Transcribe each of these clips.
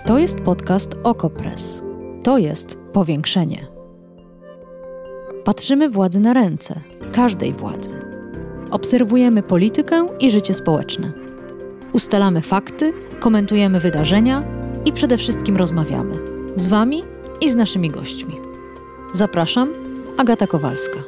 To jest podcast Okopres. To jest powiększenie. Patrzymy władzy na ręce, każdej władzy. Obserwujemy politykę i życie społeczne. Ustalamy fakty, komentujemy wydarzenia i przede wszystkim rozmawiamy. Z Wami i z naszymi gośćmi. Zapraszam, Agata Kowalska.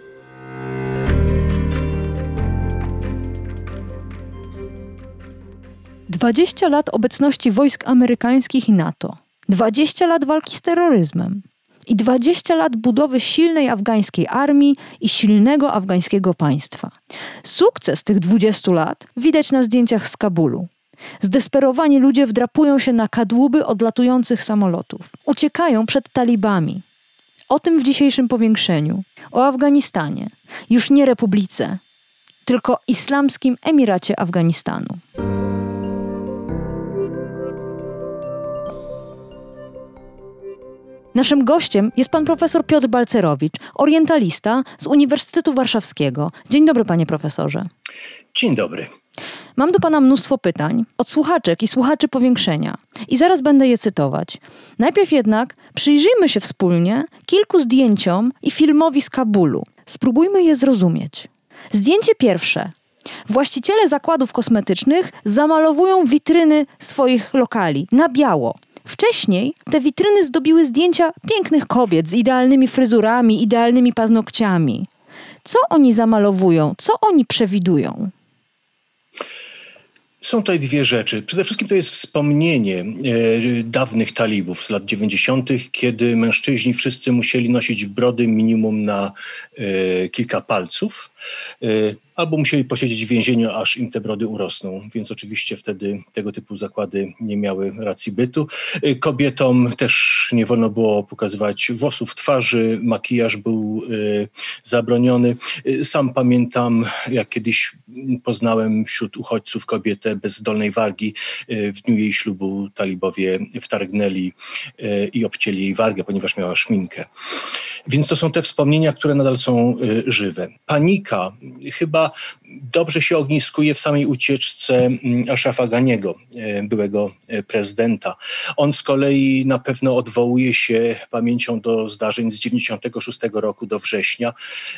Dwadzieścia lat obecności wojsk amerykańskich i NATO. 20 lat walki z terroryzmem. I 20 lat budowy silnej afgańskiej armii i silnego afgańskiego państwa. Sukces tych 20 lat widać na zdjęciach z Kabulu. Zdesperowani ludzie wdrapują się na kadłuby odlatujących samolotów. Uciekają przed talibami. O tym w dzisiejszym powiększeniu. O Afganistanie. Już nie republice, tylko Islamskim Emiracie Afganistanu. Naszym gościem jest pan profesor Piotr Balcerowicz, orientalista z Uniwersytetu Warszawskiego. Dzień dobry, panie profesorze. Dzień dobry. Mam do pana mnóstwo pytań od słuchaczek i słuchaczy powiększenia i zaraz będę je cytować. Najpierw jednak przyjrzyjmy się wspólnie kilku zdjęciom i filmowi z Kabulu. Spróbujmy je zrozumieć. Zdjęcie pierwsze. Właściciele zakładów kosmetycznych zamalowują witryny swoich lokali na biało. Wcześniej te witryny zdobiły zdjęcia pięknych kobiet z idealnymi fryzurami, idealnymi paznokciami. Co oni zamalowują? Co oni przewidują? Są tutaj dwie rzeczy. Przede wszystkim to jest wspomnienie dawnych talibów z lat 90., kiedy mężczyźni wszyscy musieli nosić brody minimum na kilka palców, albo musieli posiedzieć w więzieniu, aż im te brody urosną. Więc oczywiście wtedy tego typu zakłady nie miały racji bytu. Kobietom też nie wolno było pokazywać włosów, twarzy, makijaż był zabroniony. Sam pamiętam, jak kiedyś poznałem wśród uchodźców kobietę bez dolnej wargi. W dniu jej ślubu talibowie wtargnęli i obcięli jej wargę, ponieważ miała szminkę. Więc to są te wspomnienia, które nadal są żywe. Panika chyba dobrze się ogniskuje w samej ucieczce Ashrafa Ghaniego, byłego prezydenta. On z kolei na pewno odwołuje się pamięcią do zdarzeń z 96 roku do września,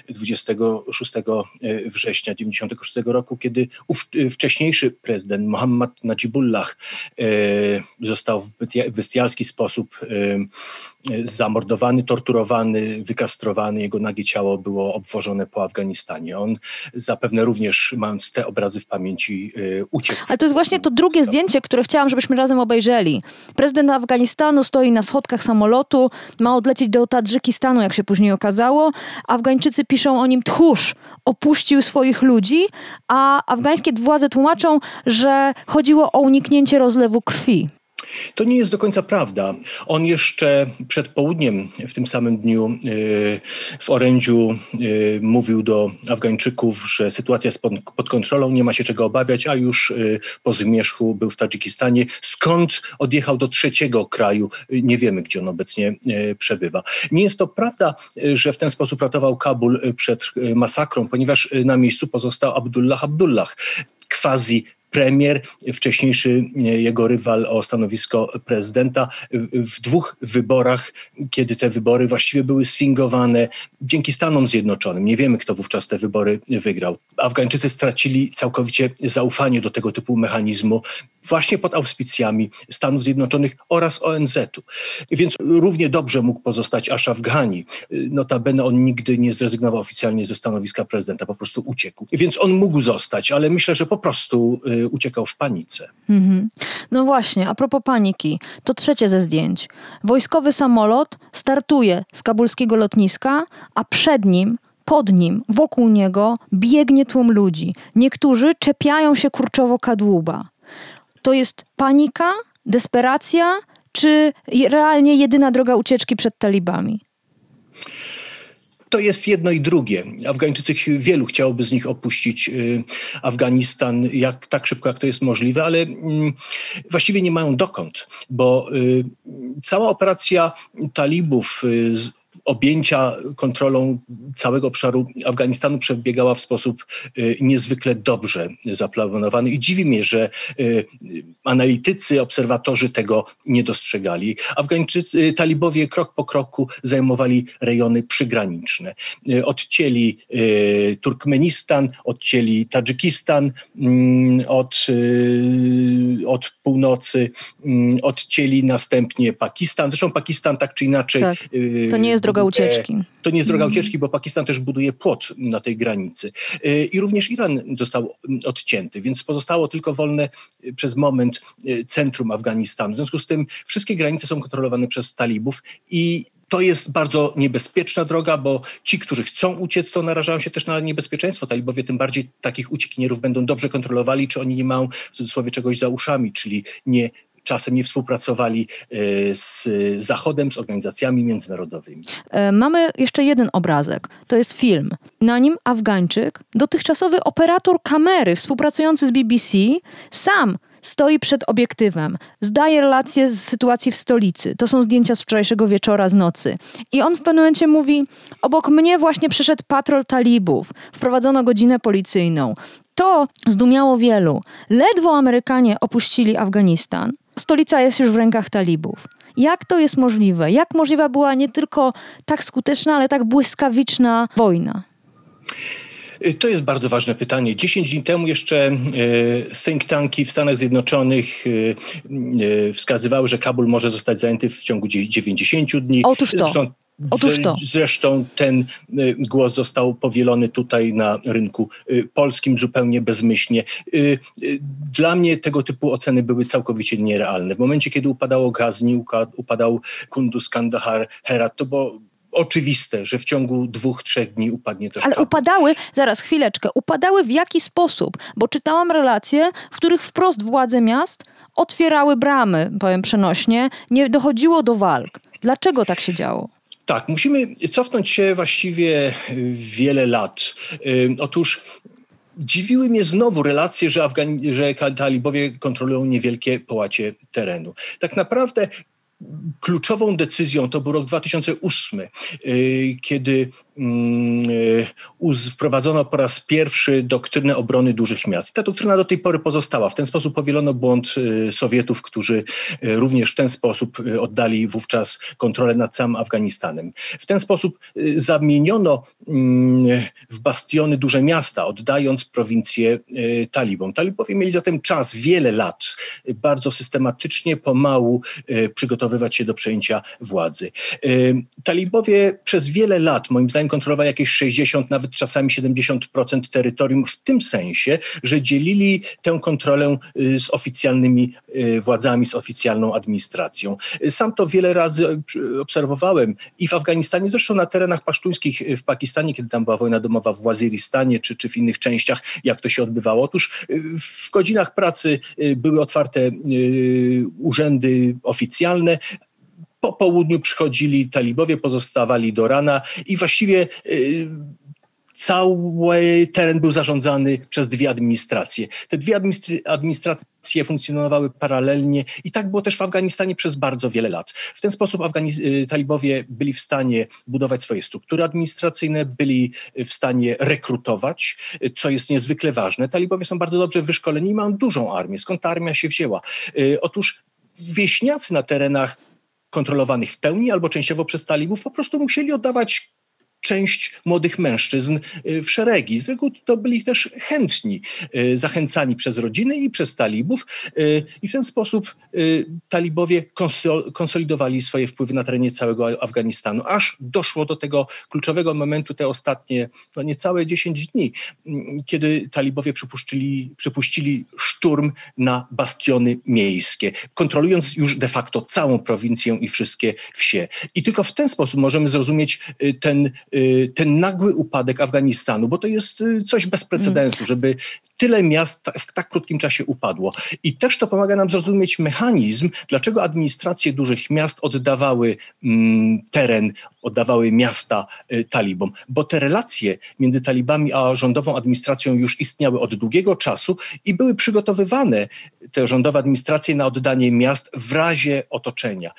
26 września 96 roku, kiedy wcześniejszy prezydent Mohammad Najibullah został w bestialski sposób zamordowany, torturowany, wykastrowany. Jego nagie ciało było obwożone po Afganistanie. On zapewne również, mając te obrazy w pamięci, uciekł. Ale to jest właśnie to drugie zdjęcie, które chciałam, żebyśmy razem obejrzeli. Prezydent Afganistanu stoi na schodkach samolotu, ma odlecieć do Tadżykistanu, jak się później okazało. Afgańczycy piszą o nim tchórz, opuścił swoich ludzi, a afgańskie władze tłumaczą, że chodziło o uniknięcie rozlewu krwi. To nie jest do końca prawda. On jeszcze przed południem, w tym samym dniu w orędziu mówił do Afgańczyków, że sytuacja jest pod kontrolą, nie ma się czego obawiać, a już po zmierzchu był w Tadżykistanie, skąd odjechał do trzeciego kraju. Nie wiemy, gdzie on obecnie przebywa. Nie jest to prawda, że w ten sposób ratował Kabul przed masakrą, ponieważ na miejscu pozostał Abdullah, quasi premier, wcześniejszy jego rywal o stanowisko prezydenta w dwóch wyborach, kiedy te wybory właściwie były sfingowane dzięki Stanom Zjednoczonym. Nie wiemy, kto wówczas te wybory wygrał. Afgańczycy stracili całkowicie zaufanie do tego typu mechanizmu właśnie pod auspicjami Stanów Zjednoczonych oraz ONZ-u. Więc równie dobrze mógł pozostać Ashraf Ghani. Notabene on nigdy nie zrezygnował oficjalnie ze stanowiska prezydenta, po prostu uciekł. Więc on mógł zostać, ale myślę, że po prostu uciekał w panice. No właśnie, a propos paniki, to trzecie ze zdjęć. Wojskowy samolot startuje z kabulskiego lotniska, a przed nim, pod nim, wokół niego biegnie tłum ludzi. Niektórzy czepiają się kurczowo kadłuba. To jest panika, desperacja, czy realnie jedyna droga ucieczki przed talibami? To jest jedno i drugie. Afgańczycy, wielu chciałoby z nich opuścić Afganistan tak szybko, jak to jest możliwe, ale właściwie nie mają dokąd, bo cała operacja talibów objęcia kontrolą całego obszaru Afganistanu przebiegała w sposób niezwykle dobrze zaplanowany i dziwi mnie, że analitycy, obserwatorzy tego nie dostrzegali. Talibowie krok po kroku zajmowali rejony przygraniczne. Odcięli Turkmenistan, odcięli Tadżykistan od północy, odcięli następnie Pakistan. Zresztą Pakistan tak czy inaczej... Tak. To nie jest droga ucieczki. To nie jest droga ucieczki, bo Pakistan też buduje płot na tej granicy. I również Iran został odcięty, więc pozostało tylko wolne przez moment centrum Afganistanu. W związku z tym wszystkie granice są kontrolowane przez talibów i to jest bardzo niebezpieczna droga, bo ci, którzy chcą uciec, to narażają się też na niebezpieczeństwo. Talibowie tym bardziej takich uciekinierów będą dobrze kontrolowali, czy oni nie mają w cudzysłowie czegoś za uszami, czyli czasem nie współpracowali z Zachodem, z organizacjami międzynarodowymi. Mamy jeszcze jeden obrazek. To jest film. Na nim Afgańczyk, dotychczasowy operator kamery współpracujący z BBC, sam stoi przed obiektywem, zdaje relacje z sytuacji w stolicy. To są zdjęcia z wczorajszego wieczora, z nocy. I on w pewnym momencie mówi, obok mnie właśnie przeszedł patrol talibów. Wprowadzono godzinę policyjną. To zdumiało wielu. Ledwo Amerykanie opuścili Afganistan, stolica jest już w rękach talibów. Jak to jest możliwe? Jak możliwa była nie tylko tak skuteczna, ale tak błyskawiczna wojna? To jest bardzo ważne pytanie. 10 dni temu jeszcze think tanki w Stanach Zjednoczonych wskazywały, że Kabul może zostać zajęty w ciągu 90 dni. Zresztą ten głos został powielony tutaj na rynku polskim zupełnie bezmyślnie. Dla mnie tego typu oceny były całkowicie nierealne. W momencie, kiedy upadało Ghazni, upadał Kunduz, Kandahar, Herat, to było oczywiste, że w ciągu 2-3 dni upadnie też Kabul. Ale upadały w jaki sposób? Bo czytałam relacje, w których wprost władze miast otwierały bramy, powiem przenośnie, nie dochodziło do walk. Dlaczego tak się działo? Tak, musimy cofnąć się właściwie wiele lat. Otóż dziwiły mnie znowu relacje, że talibowie kontrolują niewielkie połacie terenu. Tak naprawdę kluczową decyzją to był rok 2008, kiedy wprowadzono po raz pierwszy doktrynę obrony dużych miast. Ta doktryna do tej pory pozostała. W ten sposób powielono błąd Sowietów, którzy również w ten sposób oddali wówczas kontrolę nad całym Afganistanem. W ten sposób zamieniono w bastiony duże miasta, oddając prowincje talibom. Talibowie mieli zatem czas, wiele lat, bardzo systematycznie, pomału przygotowywać się do przejęcia władzy. Talibowie przez wiele lat, moim zdaniem, kontrolowali jakieś 60, nawet czasami 70% terytorium, w tym sensie, że dzielili tę kontrolę z oficjalnymi władzami, z oficjalną administracją. Sam to wiele razy obserwowałem i w Afganistanie, zresztą na terenach pasztuńskich w Pakistanie, kiedy tam była wojna domowa, w Waziristanie czy w innych częściach, jak to się odbywało. Otóż w godzinach pracy były otwarte urzędy oficjalne. Po południu przychodzili talibowie, pozostawali do rana i właściwie cały teren był zarządzany przez dwie administracje. Te dwie administracje funkcjonowały paralelnie i tak było też w Afganistanie przez bardzo wiele lat. W ten sposób talibowie byli w stanie budować swoje struktury administracyjne, byli w stanie rekrutować, co jest niezwykle ważne. Talibowie są bardzo dobrze wyszkoleni i mają dużą armię. Skąd ta armia się wzięła? Otóż wieśniacy na terenach kontrolowanych w pełni albo częściowo przez talibów po prostu musieli oddawać część młodych mężczyzn w szeregi. Z reguły to byli też chętni, zachęcani przez rodziny i przez talibów i w ten sposób talibowie konsolidowali swoje wpływy na terenie całego Afganistanu, aż doszło do tego kluczowego momentu, te ostatnie niecałe 10 dni, kiedy talibowie przypuścili szturm na bastiony miejskie, kontrolując już de facto całą prowincję i wszystkie wsie. I tylko w ten sposób możemy zrozumieć ten nagły upadek Afganistanu, bo to jest coś bez precedensu, żeby tyle miast w tak krótkim czasie upadło. I też to pomaga nam zrozumieć mechanizm, dlaczego administracje dużych miast oddawały teren, oddawały miasta talibom. Bo te relacje między talibami a rządową administracją już istniały od długiego czasu i były przygotowywane te rządowe administracje na oddanie miast w razie otoczenia.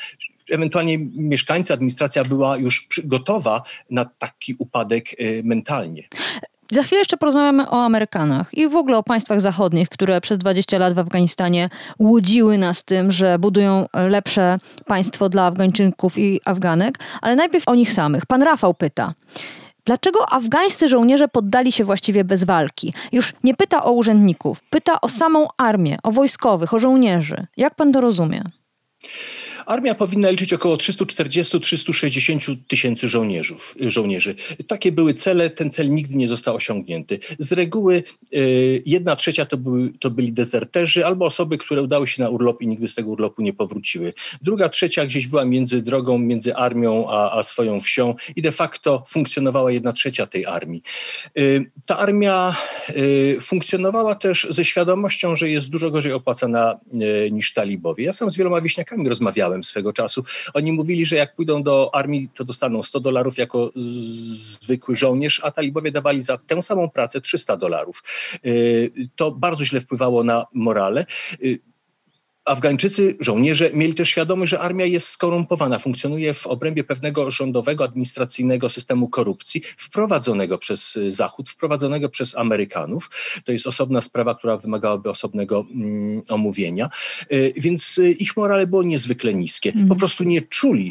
ewentualnie mieszkańcy, administracja była już gotowa na taki upadek mentalnie. Za chwilę jeszcze porozmawiamy o Amerykanach i w ogóle o państwach zachodnich, które przez 20 lat w Afganistanie łudziły nas tym, że budują lepsze państwo dla Afgańczyków i Afganek, ale najpierw o nich samych. Pan Rafał pyta, dlaczego afgańscy żołnierze poddali się właściwie bez walki? Już nie pyta o urzędników, pyta o samą armię, o wojskowych, o żołnierzy. Jak pan to rozumie? Armia powinna liczyć około 340-360 tysięcy żołnierzy. Takie były cele, ten cel nigdy nie został osiągnięty. Z reguły 1/3 to byli dezerterzy albo osoby, które udały się na urlop i nigdy z tego urlopu nie powróciły. 2/3 gdzieś była między drogą, między armią a swoją wsią i de facto funkcjonowała 1/3 tej armii. Ta armia funkcjonowała też ze świadomością, że jest dużo gorzej opłacana niż talibowie. Ja sam z wieloma wieśniakami rozmawiałem swego czasu. Oni mówili, że jak pójdą do armii, to dostaną $100 jako zwykły żołnierz, a talibowie dawali za tę samą pracę $300. To bardzo źle wpływało na morale. Afgańczycy, żołnierze mieli też świadomość, że armia jest skorumpowana, funkcjonuje w obrębie pewnego rządowego, administracyjnego systemu korupcji wprowadzonego przez Zachód, wprowadzonego przez Amerykanów. To jest osobna sprawa, która wymagałaby osobnego omówienia. Więc ich morale było niezwykle niskie. Po prostu nie czuli,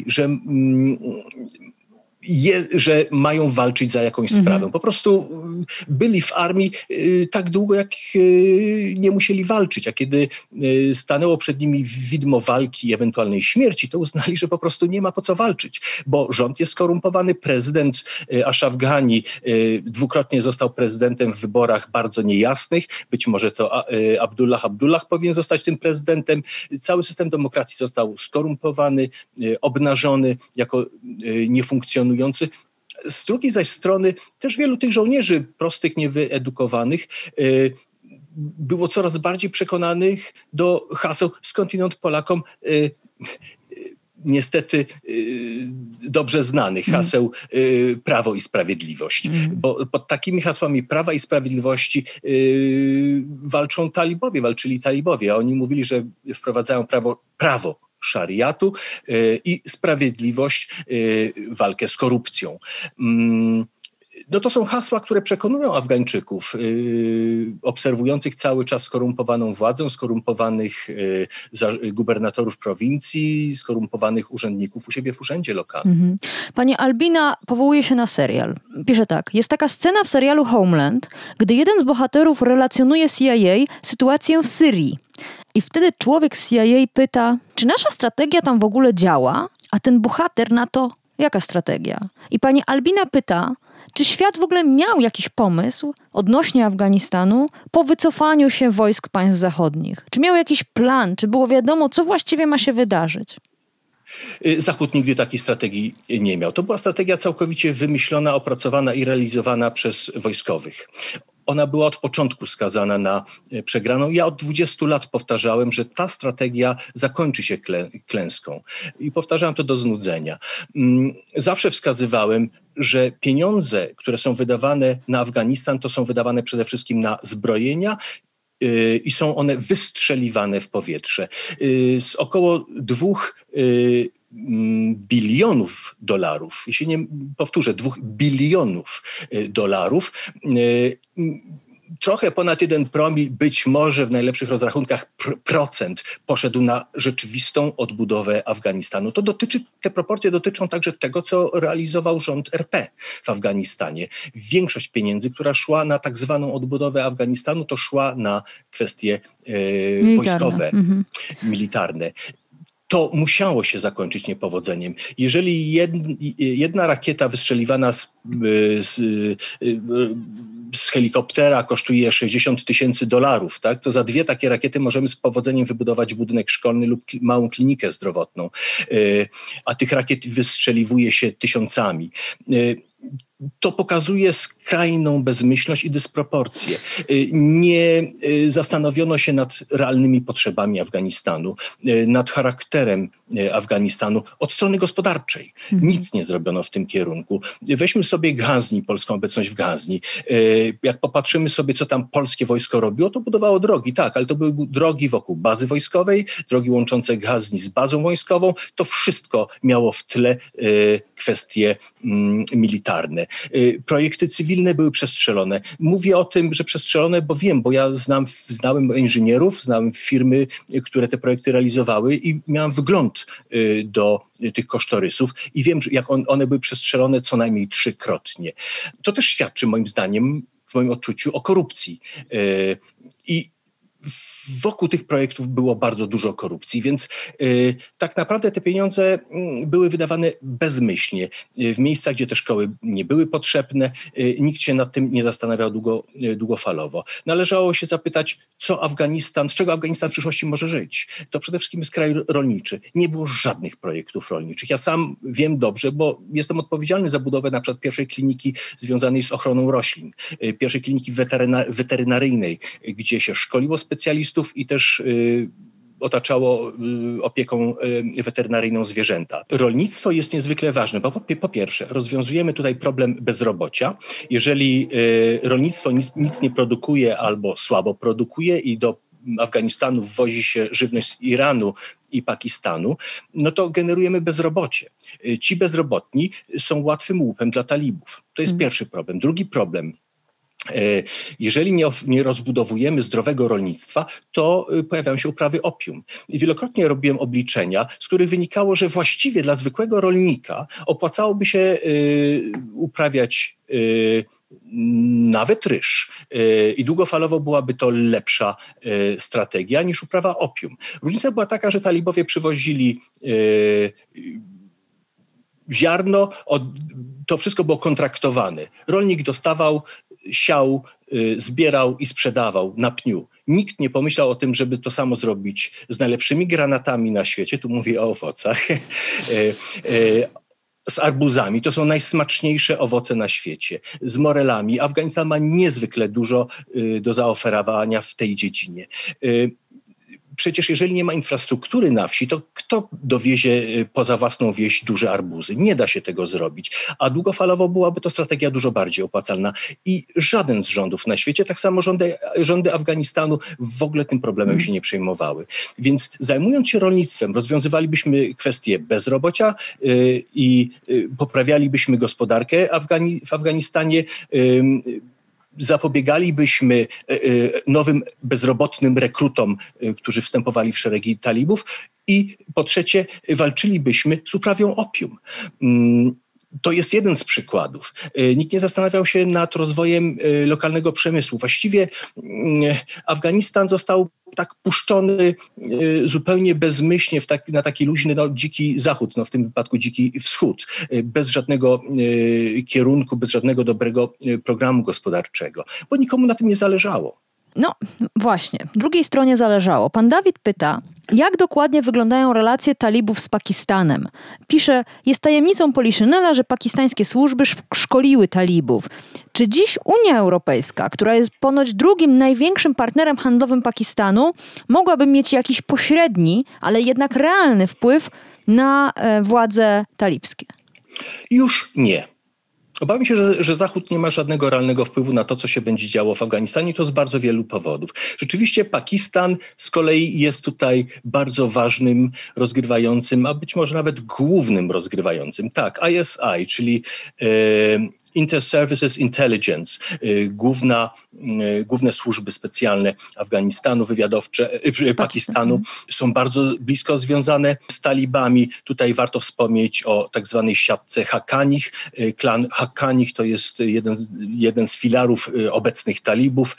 że mają walczyć za jakąś sprawę. Po prostu byli w armii tak długo, jak nie musieli walczyć, a kiedy stanęło przed nimi widmo walki i ewentualnej śmierci, to uznali, że po prostu nie ma po co walczyć, bo rząd jest skorumpowany, prezydent Ashraf Ghani dwukrotnie został prezydentem w wyborach bardzo niejasnych, być może to Abdullah powinien zostać tym prezydentem. Cały system demokracji został skorumpowany, obnażony jako niefunkcjonujący. Z drugiej zaś strony też wielu tych żołnierzy prostych, niewyedukowanych było coraz bardziej przekonanych do haseł skądinąd Polakom niestety dobrze znanych haseł Prawo i Sprawiedliwość. Bo pod takimi hasłami Prawa i Sprawiedliwości walczyli talibowie, a oni mówili, że wprowadzają prawo szariatu i sprawiedliwość, walkę z korupcją. No to są hasła, które przekonują Afgańczyków, obserwujących cały czas skorumpowaną władzę, skorumpowanych gubernatorów prowincji, skorumpowanych urzędników u siebie w urzędzie lokalnym. Pani Albina powołuje się na serial. Pisze tak. Jest taka scena w serialu Homeland, gdy jeden z bohaterów relacjonuje CIA sytuację w Syrii. I wtedy człowiek z CIA pyta, czy nasza strategia tam w ogóle działa? A ten bohater na to, jaka strategia? I pani Albina pyta, czy świat w ogóle miał jakiś pomysł odnośnie Afganistanu po wycofaniu się wojsk państw zachodnich? Czy miał jakiś plan? Czy było wiadomo, co właściwie ma się wydarzyć? Zachód nigdy takiej strategii nie miał. To była strategia całkowicie wymyślona, opracowana i realizowana przez wojskowych. Ona była od początku skazana na przegraną. Ja od 20 lat powtarzałem, że ta strategia zakończy się klęską. I powtarzałem to do znudzenia. Zawsze wskazywałem, że pieniądze, które są wydawane na Afganistan, to są wydawane przede wszystkim na zbrojenia i są one wystrzeliwane w powietrze. Z około 2 bilionów dolarów, jeśli nie powtórzę, 2 bilionów dolarów, trochę ponad 1 promil, być może w najlepszych rozrachunkach procent poszedł na rzeczywistą odbudowę Afganistanu. Te proporcje dotyczą także tego, co realizował rząd RP w Afganistanie. Większość pieniędzy, która szła na tak zwaną odbudowę Afganistanu, to szła na kwestie wojskowe, militarne. To musiało się zakończyć niepowodzeniem. Jeżeli jedna rakieta wystrzeliwana z helikoptera kosztuje $60,000, tak, to za 2 takie rakiety możemy z powodzeniem wybudować budynek szkolny lub małą klinikę zdrowotną, a tych rakiet wystrzeliwuje się tysiącami. to pokazuje skrajną bezmyślność i dysproporcję. Nie zastanowiono się nad realnymi potrzebami Afganistanu, nad charakterem Afganistanu od strony gospodarczej. Nic nie zrobiono w tym kierunku. Weźmy sobie Gazni, polską obecność w Gazni. Jak popatrzymy sobie, co tam polskie wojsko robiło, to budowało drogi, tak, ale to były drogi wokół bazy wojskowej, drogi łączące Gazni z bazą wojskową. To wszystko miało w tle kwestie militarne. Projekty cywilne były przestrzelone. Mówię o tym, że przestrzelone, bo wiem, bo ja znałem inżynierów, znałem firmy, które te projekty realizowały i miałem wgląd do tych kosztorysów i wiem, że jak one były przestrzelone co najmniej 3-krotnie. To też świadczy moim zdaniem, w moim odczuciu, o korupcji. I wokół tych projektów było bardzo dużo korupcji, więc tak naprawdę te pieniądze były wydawane bezmyślnie. W miejscach, gdzie te szkoły nie były potrzebne, nikt się nad tym nie zastanawiał długofalowo. Należało się zapytać, z czego Afganistan w przyszłości może żyć. To przede wszystkim jest kraj rolniczy. Nie było żadnych projektów rolniczych. Ja sam wiem dobrze, bo jestem odpowiedzialny za budowę na przykład pierwszej kliniki związanej z ochroną roślin, pierwszej kliniki weterynaryjnej, gdzie się szkoliło specjalistów i też otaczało opieką weterynaryjną zwierzęta. Rolnictwo jest niezwykle ważne, bo po pierwsze rozwiązujemy tutaj problem bezrobocia. Jeżeli rolnictwo nic nie produkuje albo słabo produkuje i do Afganistanu wwozi się żywność z Iranu i Pakistanu, no to generujemy bezrobocie. Ci bezrobotni są łatwym łupem dla talibów. To jest pierwszy problem. Drugi problem. Jeżeli nie rozbudowujemy zdrowego rolnictwa, to pojawiają się uprawy opium. I wielokrotnie robiłem obliczenia, z których wynikało, że właściwie dla zwykłego rolnika opłacałoby się uprawiać nawet ryż i długofalowo byłaby to lepsza strategia niż uprawa opium. Różnica była taka, że talibowie przywozili ziarno, to wszystko było kontraktowane. Rolnik dostawał, siał, zbierał i sprzedawał na pniu. Nikt nie pomyślał o tym, żeby to samo zrobić z najlepszymi granatami na świecie, tu mówię o owocach, z arbuzami. To są najsmaczniejsze owoce na świecie. Z morelami. Afganistan ma niezwykle dużo do zaoferowania w tej dziedzinie. Przecież jeżeli nie ma infrastruktury na wsi, to kto dowiezie poza własną wieś duże arbuzy? Nie da się tego zrobić. A długofalowo byłaby to strategia dużo bardziej opłacalna. I żaden z rządów na świecie, tak samo rządy Afganistanu w ogóle tym problemem się nie przejmowały. Więc zajmując się rolnictwem, rozwiązywalibyśmy kwestię bezrobocia i poprawialibyśmy gospodarkę w Afganistanie, zapobiegalibyśmy nowym bezrobotnym rekrutom, którzy wstępowali w szeregi talibów i po trzecie walczylibyśmy z uprawą opium. To jest jeden z przykładów. Nikt nie zastanawiał się nad rozwojem lokalnego przemysłu. Właściwie Afganistan został tak puszczony zupełnie bezmyślnie na taki luźny, dziki zachód, w tym wypadku dziki wschód, bez żadnego kierunku, bez żadnego dobrego programu gospodarczego, bo nikomu na tym nie zależało. No właśnie, drugiej stronie zależało. Pan Dawid pyta, jak dokładnie wyglądają relacje talibów z Pakistanem. Pisze, jest tajemnicą Poliszynela, że pakistańskie służby szkoliły talibów. Czy dziś Unia Europejska, która jest ponoć drugim największym partnerem handlowym Pakistanu, mogłaby mieć jakiś pośredni, ale jednak realny wpływ na władze talibskie? Już nie. Obawiam się, że Zachód nie ma żadnego realnego wpływu na to, co się będzie działo w Afganistanie. To z bardzo wielu powodów. Rzeczywiście Pakistan z kolei jest tutaj bardzo ważnym rozgrywającym, a być może nawet głównym rozgrywającym. Tak, ISI, czyli Inter-Services Intelligence, główne służby specjalne Afganistanu, wywiadowcze, Pakistanu są bardzo blisko związane z talibami. Tutaj warto wspomnieć o tak zwanej siatce Haqqanich. Klan Haqqanich to jest jeden z filarów obecnych talibów.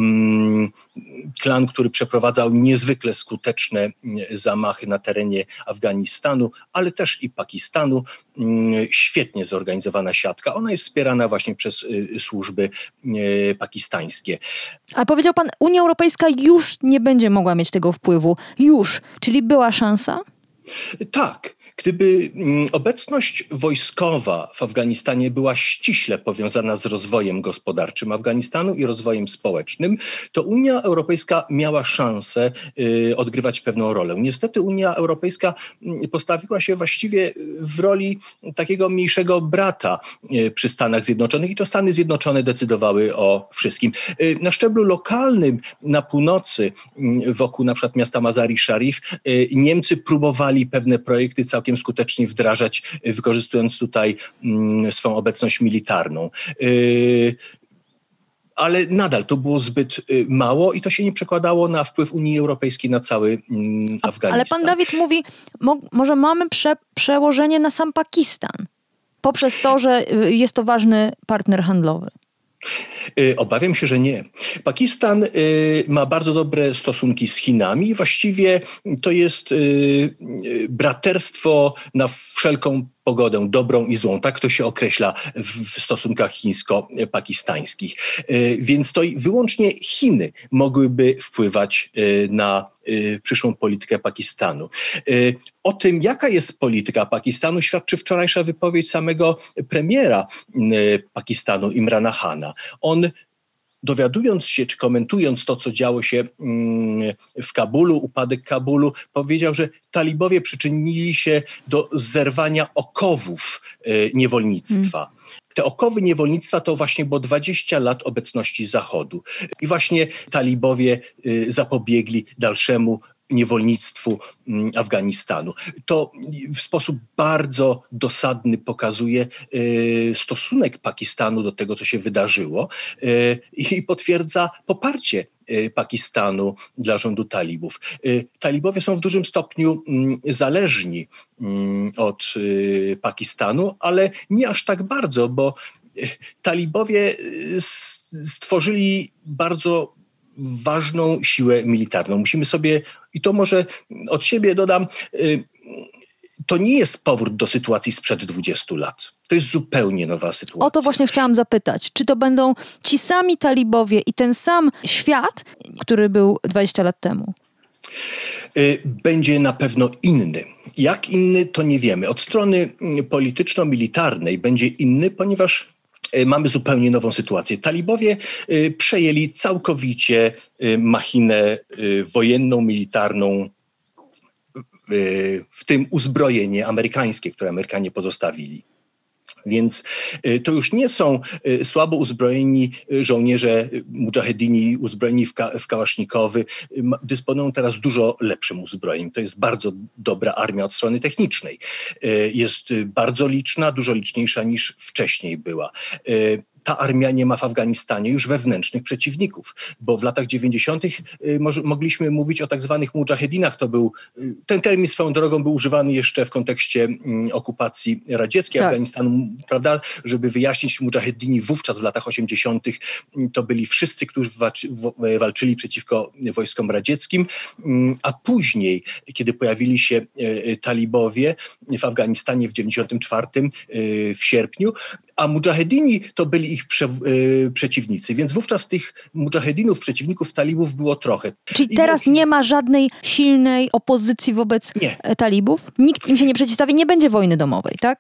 Klan, który przeprowadzał niezwykle skuteczne zamachy na terenie Afganistanu, ale też i Pakistanu. Świetnie zorganizowana siatka. Ona jest wspierana właśnie przez służby pakistańskie. A powiedział pan, Unia Europejska już nie będzie mogła mieć tego wpływu. Już. Czyli była szansa? Tak. Gdyby obecność wojskowa w Afganistanie była ściśle powiązana z rozwojem gospodarczym Afganistanu i rozwojem społecznym, to Unia Europejska miała szansę odgrywać pewną rolę. Niestety Unia Europejska postawiła się właściwie w roli takiego mniejszego brata przy Stanach Zjednoczonych i to Stany Zjednoczone decydowały o wszystkim. Na szczeblu lokalnym na północy, wokół na przykład miasta Mazar-i Sharif, Niemcy próbowali pewne projekty całkiem skutecznie wdrażać, wykorzystując tutaj swoją obecność militarną. Ale nadal to było zbyt mało i to się nie przekładało na wpływ Unii Europejskiej na cały Afganistan. Ale pan Dawid mówi, może mamy przełożenie na sam Pakistan poprzez to, że jest to ważny partner handlowy. Obawiam się, że nie. Pakistan ma bardzo dobre stosunki z Chinami. Właściwie to jest braterstwo na wszelką pogodę, dobrą i złą. Tak to się określa w stosunkach chińsko-pakistańskich. Więc to wyłącznie Chiny mogłyby wpływać na przyszłą politykę Pakistanu. O tym, jaka jest polityka Pakistanu, świadczy wczorajsza wypowiedź samego premiera Pakistanu, Imrana Khana. On, dowiadując się, czy komentując to, co działo się w Kabulu, upadek Kabulu, powiedział, że talibowie przyczynili się do zerwania okowów niewolnictwa. Te okowy niewolnictwa to właśnie było 20 lat obecności Zachodu. I właśnie talibowie zapobiegli dalszemu niewolnictwu Afganistanu. To w sposób bardzo dosadny pokazuje stosunek Pakistanu do tego, co się wydarzyło i potwierdza poparcie Pakistanu dla rządu talibów. Talibowie są w dużym stopniu zależni od Pakistanu, ale nie aż tak bardzo, bo talibowie stworzyli bardzo ważną siłę militarną. Musimy sobie, i to może od siebie dodam, to nie jest powrót do sytuacji sprzed 20 lat. To jest zupełnie nowa sytuacja. O to właśnie chciałam zapytać. Czy to będą ci sami talibowie i ten sam świat, który był 20 lat temu? Będzie na pewno inny. Jak inny, to nie wiemy. Od strony polityczno-militarnej będzie inny, ponieważ mamy zupełnie nową sytuację. Talibowie przejęli całkowicie machinę wojenną, militarną, w tym uzbrojenie amerykańskie, które Amerykanie pozostawili. Więc to już nie są słabo uzbrojeni żołnierze mudżahedini uzbrojeni w kałasznikowy. Dysponują teraz dużo lepszym uzbrojeniem. To jest bardzo dobra armia od strony technicznej. Jest bardzo liczna, dużo liczniejsza niż wcześniej była. Ta armia nie ma w Afganistanie już wewnętrznych przeciwników, bo w latach 90. Mogliśmy mówić o tak zwanych mudżahedinach. Ten termin swoją drogą był używany jeszcze w kontekście okupacji radzieckiej Afganistanu, prawda? Żeby wyjaśnić, mudżahedini wówczas w latach 80. to byli wszyscy, którzy walczyli przeciwko wojskom radzieckim, a później, kiedy pojawili się talibowie w Afganistanie w 94 w sierpniu, a mudżahedini to byli ich przeciwnicy, więc wówczas tych mudżahedinów, przeciwników talibów było trochę. Czyli teraz nie ma żadnej silnej opozycji wobec talibów? Nikt im się nie przeciwstawi, nie będzie wojny domowej, tak?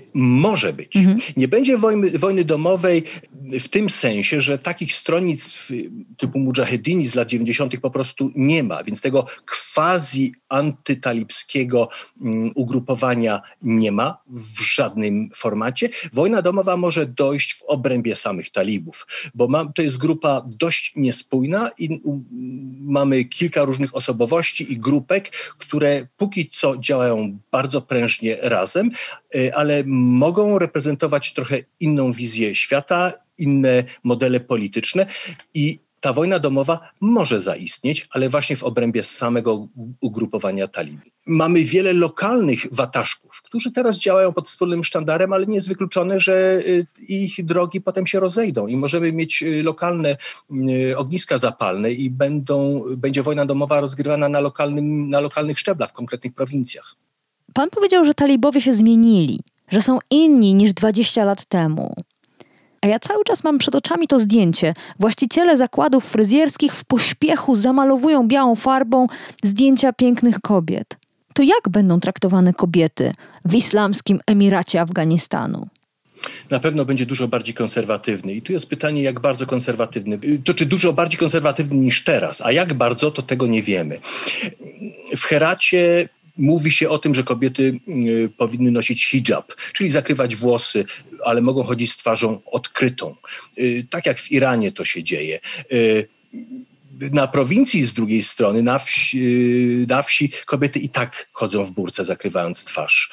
Może być. Nie będzie wojny domowej w tym sensie, że takich stronnictw typu mudżahedini z lat 90. po prostu nie ma, więc tego quasi antytalibskiego ugrupowania nie ma w żadnym formacie. Wojna domowa może dojść w obrębie samych talibów, bo to jest grupa dość niespójna i mamy kilka różnych osobowości i grupek, które póki co działają bardzo prężnie razem, ale mogą reprezentować trochę inną wizję świata, inne modele polityczne i ta wojna domowa może zaistnieć, ale właśnie w obrębie samego ugrupowania talibów. Mamy wiele lokalnych wataszków, którzy teraz działają pod wspólnym sztandarem, ale nie jest wykluczone, że ich drogi potem się rozejdą i możemy mieć lokalne ogniska zapalne i będzie wojna domowa rozgrywana na lokalnych szczeblach, w konkretnych prowincjach. Pan powiedział, że talibowie się zmienili, że są inni niż 20 lat temu. A ja cały czas mam przed oczami to zdjęcie. Właściciele zakładów fryzjerskich w pośpiechu zamalowują białą farbą zdjęcia pięknych kobiet. to jak będą traktowane kobiety w Islamskim Emiracie Afganistanu? Na pewno będzie dużo bardziej konserwatywny. I tu jest pytanie, jak bardzo konserwatywny. To czy dużo bardziej konserwatywny niż teraz, a jak bardzo, to tego nie wiemy. W Heracie mówi się o tym, że kobiety powinny nosić hijab, czyli zakrywać włosy, ale mogą chodzić z twarzą odkrytą. Tak jak w Iranie to się dzieje. Na prowincji z drugiej strony, na wsi kobiety i tak chodzą w burce, zakrywając twarz.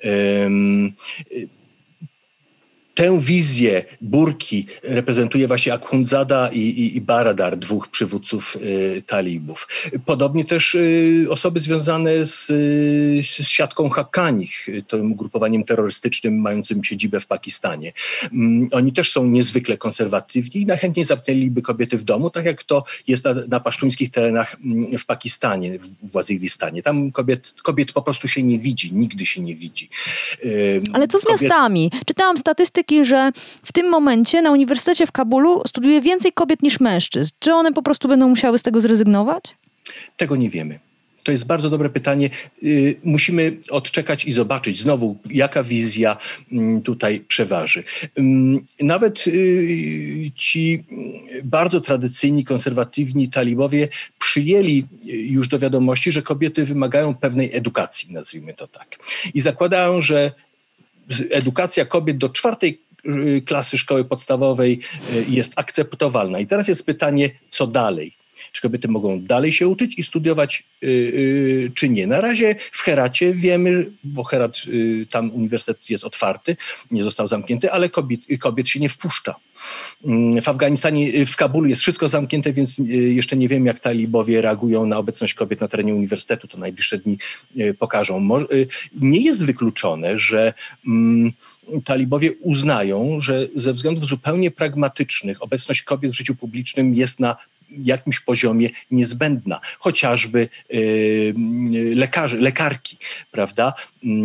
Tę wizję burki reprezentuje właśnie Akhundzada i Baradar, dwóch przywódców talibów. Podobnie też osoby związane z siatką Haqqanich, tym ugrupowaniem terrorystycznym mającym siedzibę w Pakistanie. Oni też są niezwykle konserwatywni i najchętniej zamknęliby kobiety w domu, tak jak to jest na pasztuńskich terenach w Pakistanie, w Waziristanie. Tam kobiet po prostu się nie widzi, nigdy się nie widzi. Ale co z miastami? Czytałam statystyki, że w tym momencie na Uniwersytecie w Kabulu studiuje więcej kobiet niż mężczyzn. Czy one po prostu będą musiały z tego zrezygnować? Tego nie wiemy. To jest bardzo dobre pytanie. Musimy odczekać i zobaczyć znowu, jaka wizja tutaj przeważy. Nawet ci bardzo tradycyjni, konserwatywni talibowie przyjęli już do wiadomości, że kobiety wymagają pewnej edukacji, nazwijmy to tak. I zakładają, że edukacja kobiet do 4. klasy szkoły podstawowej jest akceptowalna. I teraz jest pytanie, co dalej? Czy kobiety mogą dalej się uczyć i studiować, czy nie? Na razie w Heracie wiemy, bo Herat, tam uniwersytet jest otwarty, nie został zamknięty, ale kobiet się nie wpuszcza. W Afganistanie, w Kabulu jest wszystko zamknięte, więc jeszcze nie wiem, jak talibowie reagują na obecność kobiet na terenie uniwersytetu. To najbliższe dni pokażą. Nie jest wykluczone, że talibowie uznają, że ze względów zupełnie pragmatycznych obecność kobiet w życiu publicznym jest na jakimś poziomie niezbędna. Chociażby lekarki, prawda?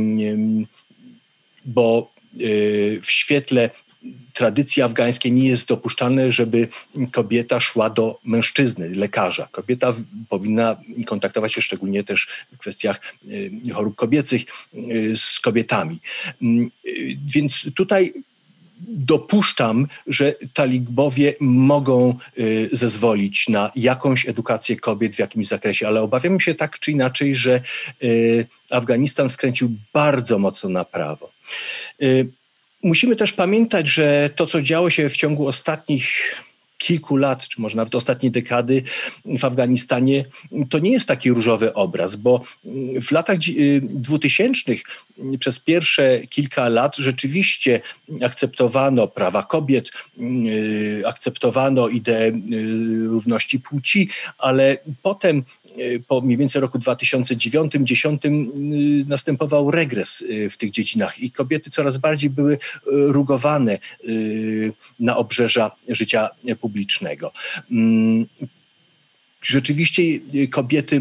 Bo w świetle tradycji afgańskiej nie jest dopuszczalne, żeby kobieta szła do mężczyzny, lekarza. Kobieta powinna kontaktować się szczególnie też w kwestiach chorób kobiecych z kobietami. Więc tutaj dopuszczam, że talibowie mogą zezwolić na jakąś edukację kobiet w jakimś zakresie, ale obawiam się tak czy inaczej, że Afganistan skręcił bardzo mocno na prawo. Musimy też pamiętać, że to, co działo się w ciągu ostatnich kilku lat, czy może nawet ostatniej dekady w Afganistanie, to nie jest taki różowy obraz, bo w latach 2000 przez pierwsze kilka lat rzeczywiście akceptowano prawa kobiet, akceptowano ideę równości płci, ale potem po mniej więcej roku 2009-2010 następował regres w tych dziedzinach i kobiety coraz bardziej były rugowane na obrzeża życia publicznego. Rzeczywiście kobiety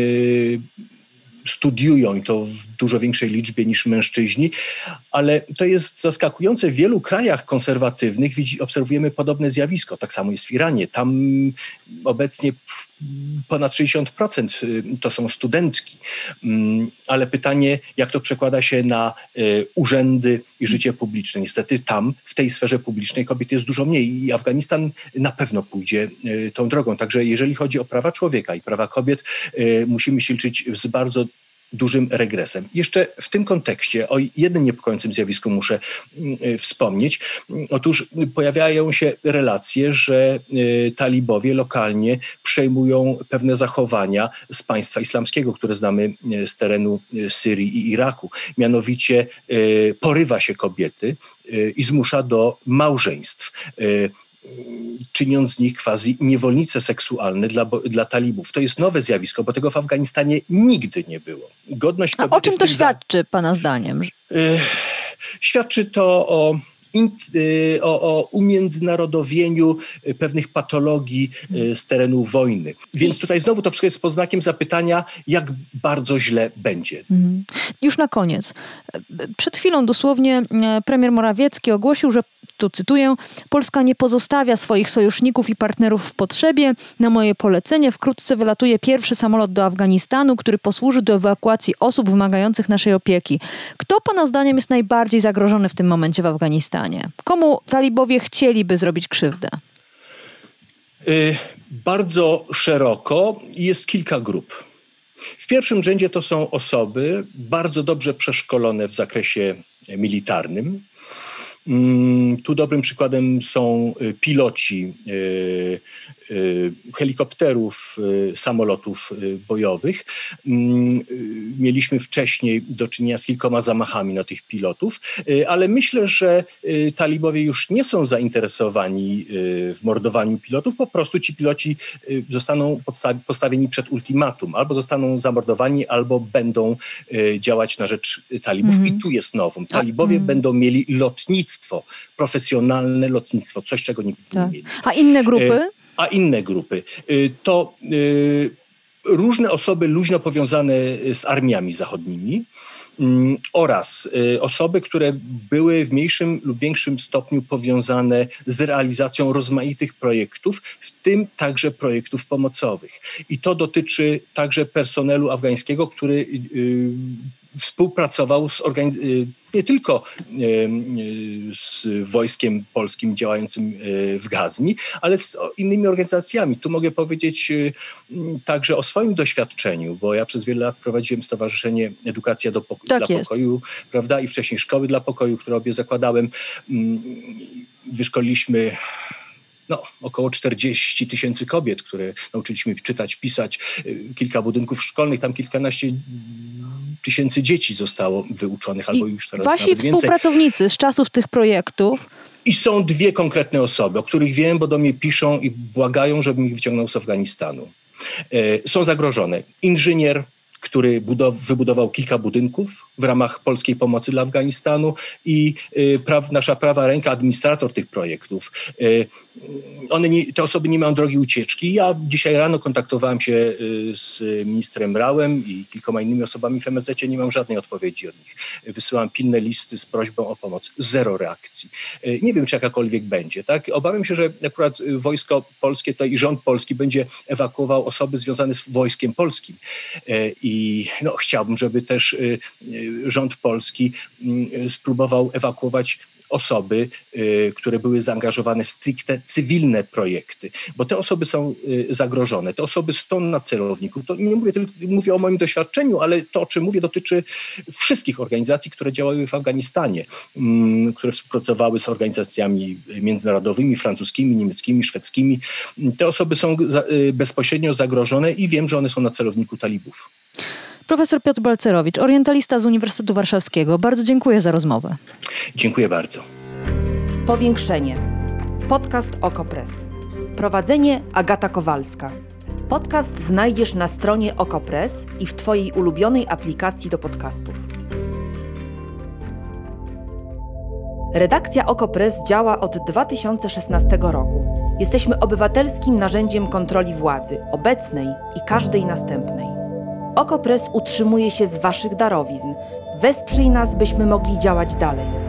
studiują i to w dużo większej liczbie niż mężczyźni, ale to jest zaskakujące. W wielu krajach konserwatywnych obserwujemy podobne zjawisko. Tak samo jest w Iranie. Tam obecnie ponad 60% to są studentki. Ale pytanie, jak to przekłada się na urzędy i życie publiczne. Niestety tam, w tej sferze publicznej kobiet jest dużo mniej i Afganistan na pewno pójdzie tą drogą. Także jeżeli chodzi o prawa człowieka i prawa kobiet, musimy się liczyć z bardzo dużym regresem. Jeszcze w tym kontekście o jednym niepokojącym zjawisku muszę wspomnieć. Otóż pojawiają się relacje, że talibowie lokalnie przejmują pewne zachowania z państwa islamskiego, które znamy z terenu Syrii i Iraku. Mianowicie porywa się kobiety i zmusza do małżeństw, czyniąc z nich quasi niewolnice seksualne dla talibów. To jest nowe zjawisko, bo tego w Afganistanie nigdy nie było. Godność kobiety. A o czym to świadczy, pana zdaniem? Świadczy to o umiędzynarodowieniu pewnych patologii z terenu wojny. Więc tutaj znowu to wszystko jest pod znakiem zapytania, jak bardzo źle będzie. Już na koniec. Przed chwilą dosłownie premier Morawiecki ogłosił, że tu cytuję, Polska nie pozostawia swoich sojuszników i partnerów w potrzebie. Na moje polecenie wkrótce wylatuje pierwszy samolot do Afganistanu, który posłuży do ewakuacji osób wymagających naszej opieki. Kto pana zdaniem jest najbardziej zagrożony w tym momencie w Afganistanie? Komu talibowie chcieliby zrobić krzywdę? Bardzo szeroko jest kilka grup. W pierwszym rzędzie to są osoby bardzo dobrze przeszkolone w zakresie militarnym. Tu dobrym przykładem są piloci helikopterów, samolotów bojowych. Mieliśmy wcześniej do czynienia z kilkoma zamachami na tych pilotów, ale myślę, że talibowie już nie są zainteresowani w mordowaniu pilotów. Po prostu ci piloci zostaną postawieni przed ultimatum. Albo zostaną zamordowani, albo będą działać na rzecz talibów. I tu jest nowum. Talibowie będą mieli lotnictwo, profesjonalne lotnictwo, coś czego nigdy nie mieli. A inne grupy? A inne grupy to różne osoby luźno powiązane z armiami zachodnimi oraz osoby, które były w mniejszym lub większym stopniu powiązane z realizacją rozmaitych projektów, w tym także projektów pomocowych. I to dotyczy także personelu afgańskiego, który współpracował nie tylko z wojskiem polskim działającym w Gazni, ale z innymi organizacjami. Tu mogę powiedzieć także o swoim doświadczeniu, bo ja przez wiele lat prowadziłem Stowarzyszenie Edukacja dla Pokoju, prawda, i wcześniej Szkoły dla Pokoju, które obie zakładałem. Wyszkoliliśmy około 40 000 kobiet, które nauczyliśmy czytać, pisać, kilka budynków szkolnych, tam kilkanaście tysięcy dzieci zostało wyuczonych, albo już teraz wasi współpracownicy z czasów tych projektów. I są dwie konkretne osoby, o których wiem, bo do mnie piszą i błagają, żebym ich wyciągnął z Afganistanu. Są zagrożone. Inżynier, który wybudował kilka budynków w ramach polskiej pomocy dla Afganistanu i nasza prawa ręka, administrator tych projektów. Te osoby nie mają drogi ucieczki. Ja dzisiaj rano kontaktowałem się z ministrem Rałem i kilkoma innymi osobami w MSZ-cie. Nie mam żadnej odpowiedzi od nich. Wysyłam pilne listy z prośbą o pomoc. Zero reakcji. Nie wiem, czy jakakolwiek będzie. Tak? Obawiam się, że akurat wojsko polskie i rząd polski będzie ewakuował osoby związane z wojskiem polskim. I chciałbym, żeby też rząd polski spróbował ewakuować osoby, które były zaangażowane w stricte cywilne projekty, bo te osoby są zagrożone, te osoby są na celowniku. To nie mówię o moim doświadczeniu, ale to, o czym mówię, dotyczy wszystkich organizacji, które działały w Afganistanie, które współpracowały z organizacjami międzynarodowymi, francuskimi, niemieckimi, szwedzkimi. Te osoby są bezpośrednio zagrożone i wiem, że one są na celowniku talibów. Profesor Piotr Balcerowicz, orientalista z Uniwersytetu Warszawskiego. Bardzo dziękuję za rozmowę. Dziękuję bardzo. Powiększenie. Podcast OKO.press. Prowadzenie Agata Kowalska. Podcast znajdziesz na stronie OKO.press i w Twojej ulubionej aplikacji do podcastów. Redakcja OKO.press działa od 2016 roku. Jesteśmy obywatelskim narzędziem kontroli władzy, obecnej i każdej następnej. OKO.press utrzymuje się z Waszych darowizn. Wesprzyj nas, byśmy mogli działać dalej.